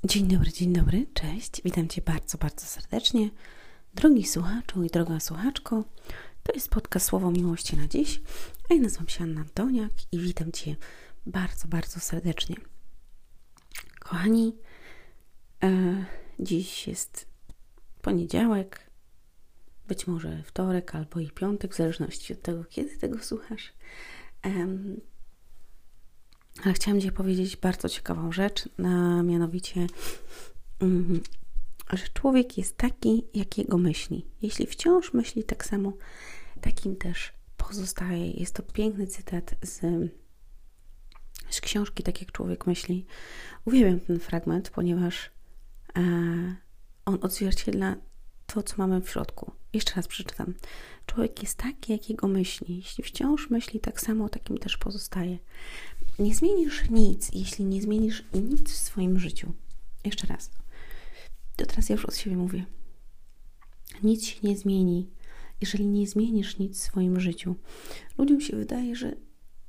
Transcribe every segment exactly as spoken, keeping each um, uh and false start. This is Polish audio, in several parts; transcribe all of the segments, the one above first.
Dzień dobry, dzień dobry, cześć, witam Cię bardzo, bardzo serdecznie. Drogi słuchaczu i droga słuchaczko, to jest podcast Słowo Miłości na dziś, a ja nazywam się Anna Antoniak i witam Cię bardzo, bardzo serdecznie. Kochani, e, dziś jest poniedziałek, być może wtorek albo i piątek, w zależności od tego, kiedy tego słuchasz. E, Ale chciałam Ci powiedzieć bardzo ciekawą rzecz, a mianowicie, mm, że człowiek jest taki, jakiego myśli. Jeśli wciąż myśli tak samo, takim też pozostaje. Jest to piękny cytat z, z książki Tak jak człowiek myśli. Uwielbiam ten fragment, ponieważ e, on odzwierciedla to, co mamy w środku. Jeszcze raz przeczytam. Człowiek jest taki, jakiego myśli. Jeśli wciąż myśli tak samo, takim też pozostaje. Nie zmienisz nic, jeśli nie zmienisz nic w swoim życiu. Jeszcze raz. To teraz ja już od siebie mówię. Nic się nie zmieni, jeżeli nie zmienisz nic w swoim życiu. Ludziom się wydaje, że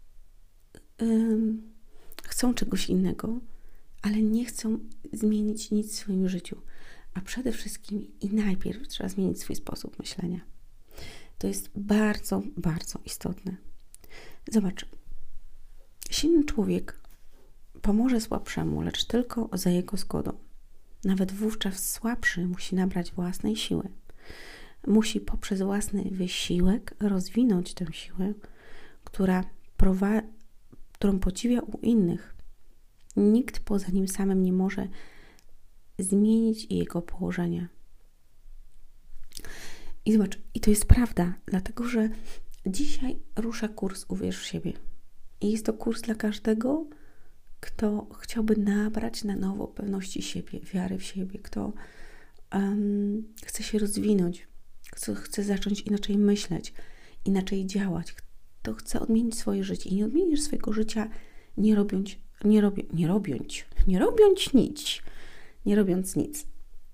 ym, chcą czegoś innego, ale nie chcą zmienić nic w swoim życiu. A przede wszystkim i najpierw trzeba zmienić swój sposób myślenia. To jest bardzo, bardzo istotne. Zobacz. Silny człowiek pomoże słabszemu, lecz tylko za jego zgodą. Nawet wówczas słabszy musi nabrać własnej siły. Musi poprzez własny wysiłek rozwinąć tę siłę, która prowa- którą podziwia u innych. Nikt poza nim samym nie może zmienić jego położenia. I zobacz, i to jest prawda, dlatego że dzisiaj rusza kurs Uwierz w siebie. I jest to kurs dla każdego, kto chciałby nabrać na nowo pewności siebie, wiary w siebie, kto um, chce się rozwinąć, kto chce zacząć inaczej myśleć, inaczej działać, kto chce odmienić swoje życie. I nie odmienisz swojego życia nie robiąc, nie robią, nie robiąc, nie robiąc nic, nie robiąc nic.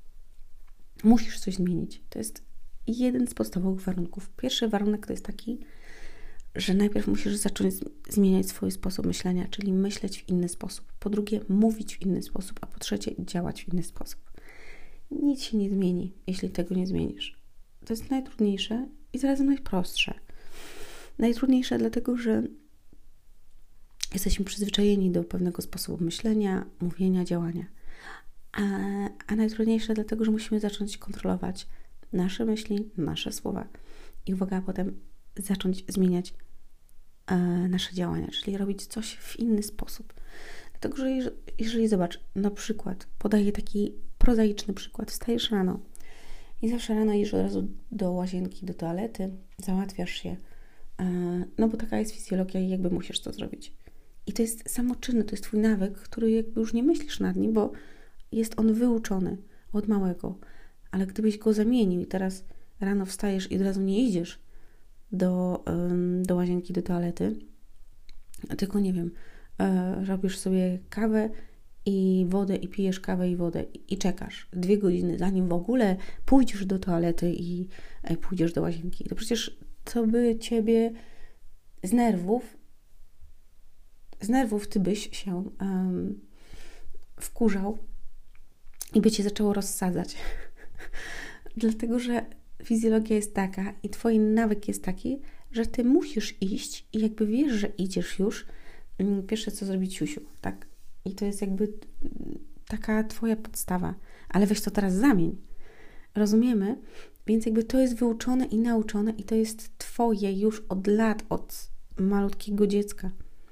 Musisz coś zmienić. To jest jeden z podstawowych warunków. Pierwszy warunek to jest taki, że najpierw musisz zacząć zmieniać swój sposób myślenia, czyli myśleć w inny sposób. Po drugie, mówić w inny sposób, a po trzecie, działać w inny sposób. Nic się nie zmieni, jeśli tego nie zmienisz. To jest najtrudniejsze i zarazem najprostsze. Najtrudniejsze dlatego, że jesteśmy przyzwyczajeni do pewnego sposobu myślenia, mówienia, działania. A, a najtrudniejsze dlatego, że musimy zacząć kontrolować nasze myśli, nasze słowa. I uwaga, potem zacząć zmieniać e, nasze działania, czyli robić coś w inny sposób. Dlatego, że jeżeli, jeżeli zobacz, na przykład, podaję taki prozaiczny przykład, wstajesz rano i zawsze rano idziesz od razu do łazienki, do toalety, załatwiasz się, e, no bo taka jest fizjologia i jakby musisz to zrobić. I to jest samoczynny, to jest twój nawyk, który jakby już nie myślisz nad nim, bo jest on wyuczony od małego. Ale gdybyś go zamienił i teraz rano wstajesz i od razu nie idziesz do, do łazienki, do toalety, tylko nie wiem, robisz sobie kawę i wodę i pijesz kawę i wodę i czekasz dwie godziny, zanim w ogóle pójdziesz do toalety i pójdziesz do łazienki. To przecież to by ciebie z nerwów, z nerwów ty byś się um, wkurzał i by cię zaczęło rozsadzać. Dlatego, że fizjologia jest taka i twój nawyk jest taki, że ty musisz iść i jakby wiesz, że idziesz już, pierwsze co zrobić siusiu, tak? I to jest jakby taka twoja podstawa. Ale weź to teraz zamień. Rozumiemy? Więc jakby to jest wyuczone i nauczone i to jest twoje już od lat, od malutkiego dziecka.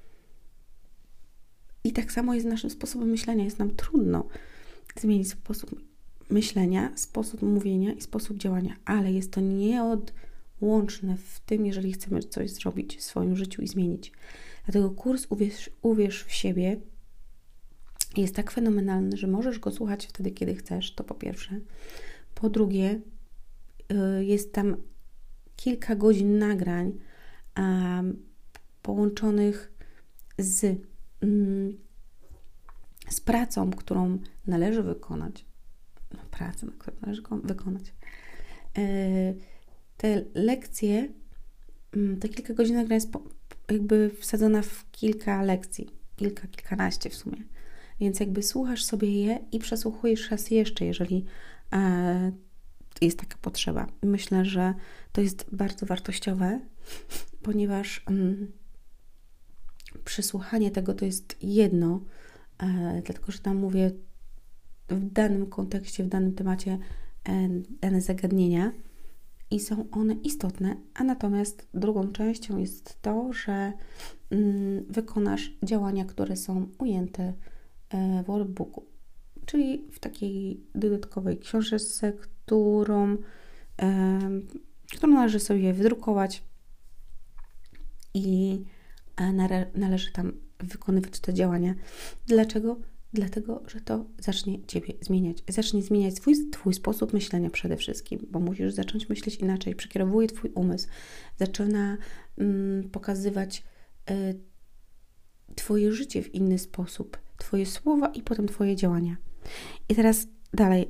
I tak samo jest z naszym sposobem myślenia. Jest nam trudno zmienić sposób myślenia, sposób mówienia i sposób działania, ale jest to nieodłączne w tym, jeżeli chcemy coś zrobić w swoim życiu i zmienić. Dlatego kurs Uwierz, Uwierz w siebie jest tak fenomenalny, że możesz go słuchać wtedy, kiedy chcesz, to po pierwsze. Po drugie, jest tam kilka godzin nagrań um, połączonych z, um, z pracą, którą należy wykonać. No, pracę, którą należy wykonać. Te lekcje, te kilka godzin nagrań jest jakby wsadzona w kilka lekcji. Kilka, kilkanaście w sumie. Więc jakby słuchasz sobie je i przesłuchujesz raz jeszcze, jeżeli e, jest taka potrzeba. Myślę, że to jest bardzo wartościowe, ponieważ mm, przesłuchanie tego to jest jedno, e, dlatego że tam mówię w danym kontekście, w danym temacie e, dane zagadnienia i są one istotne, a natomiast drugą częścią jest to, że mm, wykonasz działania, które są ujęte e, w workbooku, czyli w takiej dodatkowej książeczce, którą, e, którą należy sobie wydrukować i należy tam wykonywać te działania. Dlaczego? Dlatego, że to zacznie Ciebie zmieniać. Zacznie zmieniać swój, Twój sposób myślenia przede wszystkim, bo musisz zacząć myśleć inaczej. Przekierowuje Twój umysł. Zaczyna mm, pokazywać y, Twoje życie w inny sposób. Twoje słowa i potem Twoje działania. I teraz dalej.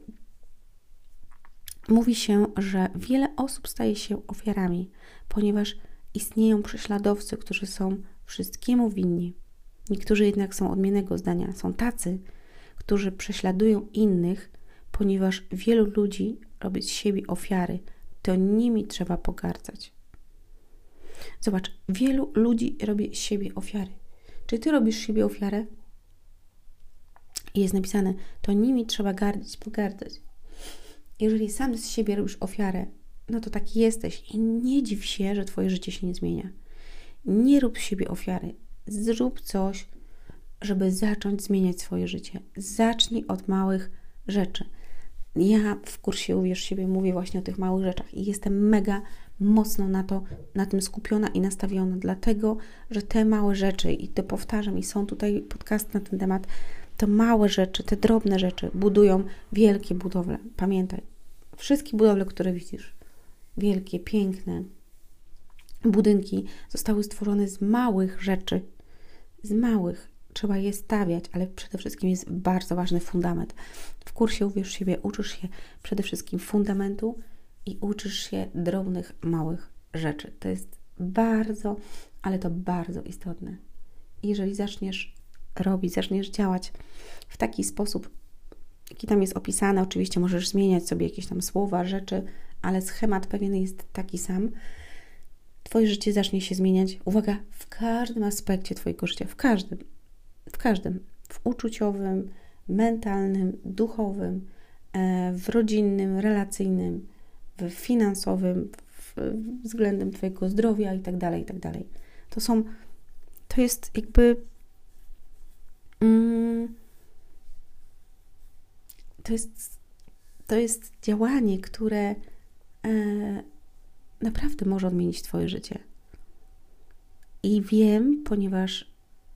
Mówi się, że wiele osób staje się ofiarami, ponieważ istnieją prześladowcy, którzy są wszystkiemu winni. Niektórzy jednak są odmiennego zdania. Są tacy, którzy prześladują innych, ponieważ wielu ludzi robi z siebie ofiary. To nimi trzeba pogardzać. Zobacz, wielu ludzi robi z siebie ofiary. Czy ty robisz z siebie ofiarę? I jest napisane, to nimi trzeba gardzić, pogardzać. Jeżeli sam z siebie robisz ofiarę, no to taki jesteś i nie dziw się, że twoje życie się nie zmienia. Nie rób z siebie ofiary. Zrób coś, żeby zacząć zmieniać swoje życie. Zacznij od małych rzeczy. Ja w kursie Uwierz w siebie mówię właśnie o tych małych rzeczach i jestem mega mocno na to, na tym skupiona i nastawiona, dlatego, że te małe rzeczy, i to powtarzam, i są tutaj podcasty na ten temat, to małe rzeczy, te drobne rzeczy budują wielkie budowle. Pamiętaj, wszystkie budowle, które widzisz, wielkie, piękne budynki zostały stworzone z małych rzeczy. Z małych. Trzeba je stawiać, ale przede wszystkim jest bardzo ważny fundament. W kursie Uwierz w siebie uczysz się przede wszystkim fundamentu i uczysz się drobnych, małych rzeczy. To jest bardzo, ale to bardzo istotne. Jeżeli zaczniesz robić, zaczniesz działać w taki sposób, jaki tam jest opisany, oczywiście możesz zmieniać sobie jakieś tam słowa, rzeczy, ale schemat pewien jest taki sam. Twoje życie zacznie się zmieniać, uwaga, w każdym aspekcie Twojego życia, w każdym, w każdym, w uczuciowym, mentalnym, duchowym, w rodzinnym, relacyjnym, w finansowym, w, względem Twojego zdrowia i tak dalej, i tak dalej. To są, to jest jakby mm, to jest to jest działanie, które e, naprawdę może odmienić Twoje życie. I wiem, ponieważ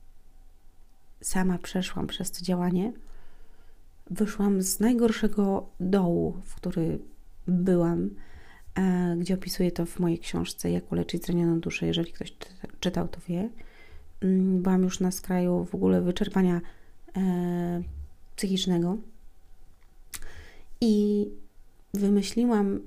sama przeszłam przez to działanie, wyszłam z najgorszego dołu, w który byłam, e, gdzie opisuję to w mojej książce Jak uleczyć zranioną duszę. Jeżeli ktoś czytał, to wie. Byłam już na skraju w ogóle wyczerpania e, psychicznego i wymyśliłam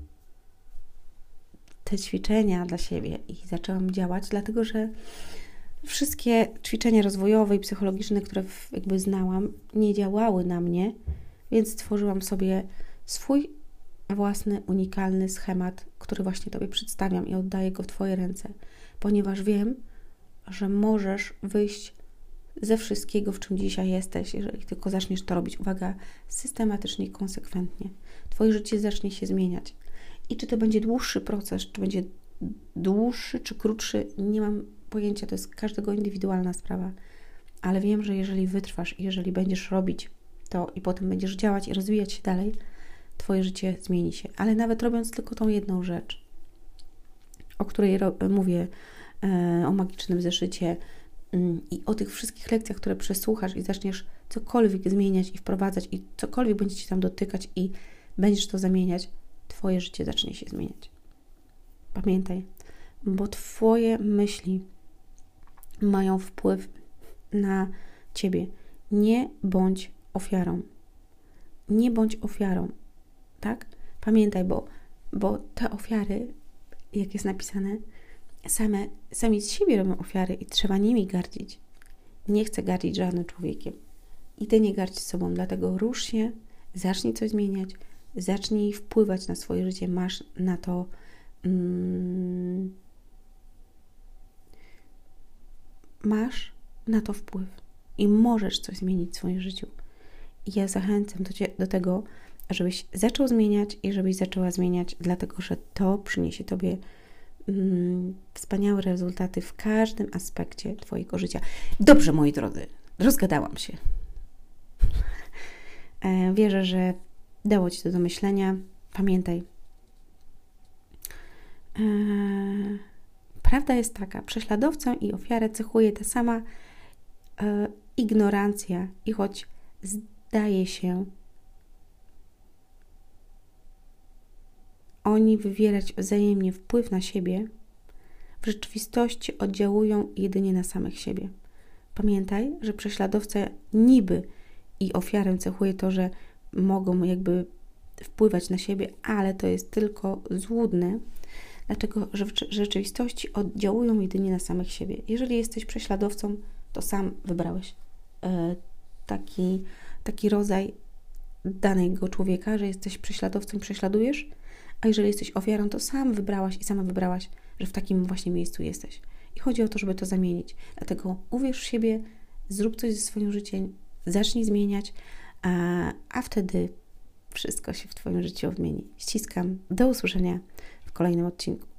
te ćwiczenia dla siebie i zaczęłam działać, dlatego że wszystkie ćwiczenia rozwojowe i psychologiczne, które jakby znałam, nie działały na mnie, więc stworzyłam sobie swój własny, unikalny schemat, który właśnie Tobie przedstawiam i oddaję go w Twoje ręce, ponieważ wiem, że możesz wyjść ze wszystkiego, w czym dzisiaj jesteś, jeżeli tylko zaczniesz to robić, uwaga, systematycznie i konsekwentnie. Twoje życie zacznie się zmieniać. I czy to będzie dłuższy proces, czy będzie dłuższy, czy krótszy, nie mam pojęcia, to jest każdego indywidualna sprawa, ale wiem, że jeżeli wytrwasz, jeżeli będziesz robić to i potem będziesz działać i rozwijać się dalej, Twoje życie zmieni się. Ale nawet robiąc tylko tą jedną rzecz, o której mówię, e, o magicznym zeszycie mm, i o tych wszystkich lekcjach, które przesłuchasz i zaczniesz cokolwiek zmieniać i wprowadzać i cokolwiek będzie Ci tam dotykać i będziesz to zamieniać, Twoje życie zacznie się zmieniać. Pamiętaj, bo Twoje myśli mają wpływ na Ciebie. Nie bądź ofiarą. Nie bądź ofiarą. Tak? Pamiętaj, bo, bo te ofiary, jak jest napisane, same, sami z siebie robią ofiary i trzeba nimi gardzić. Nie chcę gardzić żadnym człowiekiem. i Ty nie garść sobą, dlatego rusz się, zacznij coś zmieniać, zacznij wpływać na swoje życie, masz na to mm, masz na to wpływ i możesz coś zmienić w swoim życiu. I ja zachęcam do, cie, do tego, żebyś zaczął zmieniać i żebyś zaczęła zmieniać, dlatego że to przyniesie Tobie mm, wspaniałe rezultaty w każdym aspekcie Twojego życia. Dobrze, moi drodzy, rozgadałam się. e, wierzę, że dało Ci to do myślenia. Pamiętaj, e, prawda jest taka, prześladowcę i ofiarę cechuje ta sama e, ignorancja i choć zdaje się oni wywierać wzajemnie wpływ na siebie, w rzeczywistości oddziałują jedynie na samych siebie. Pamiętaj, że prześladowca niby i ofiarę cechuje to, że mogą jakby wpływać na siebie, ale to jest tylko złudne, dlatego że w rzeczywistości oddziałują jedynie na samych siebie. Jeżeli jesteś prześladowcą, to sam wybrałeś e, taki, taki rodzaj danego człowieka, że jesteś prześladowcą, prześladujesz, a jeżeli jesteś ofiarą, to sam wybrałaś i sama wybrałaś, że w takim właśnie miejscu jesteś. I chodzi o to, żeby to zamienić. Dlatego uwierz w siebie, zrób coś ze swoim życiem, zacznij zmieniać, a, a wtedy wszystko się w Twoim życiu odmieni. Ściskam. Do usłyszenia w kolejnym odcinku.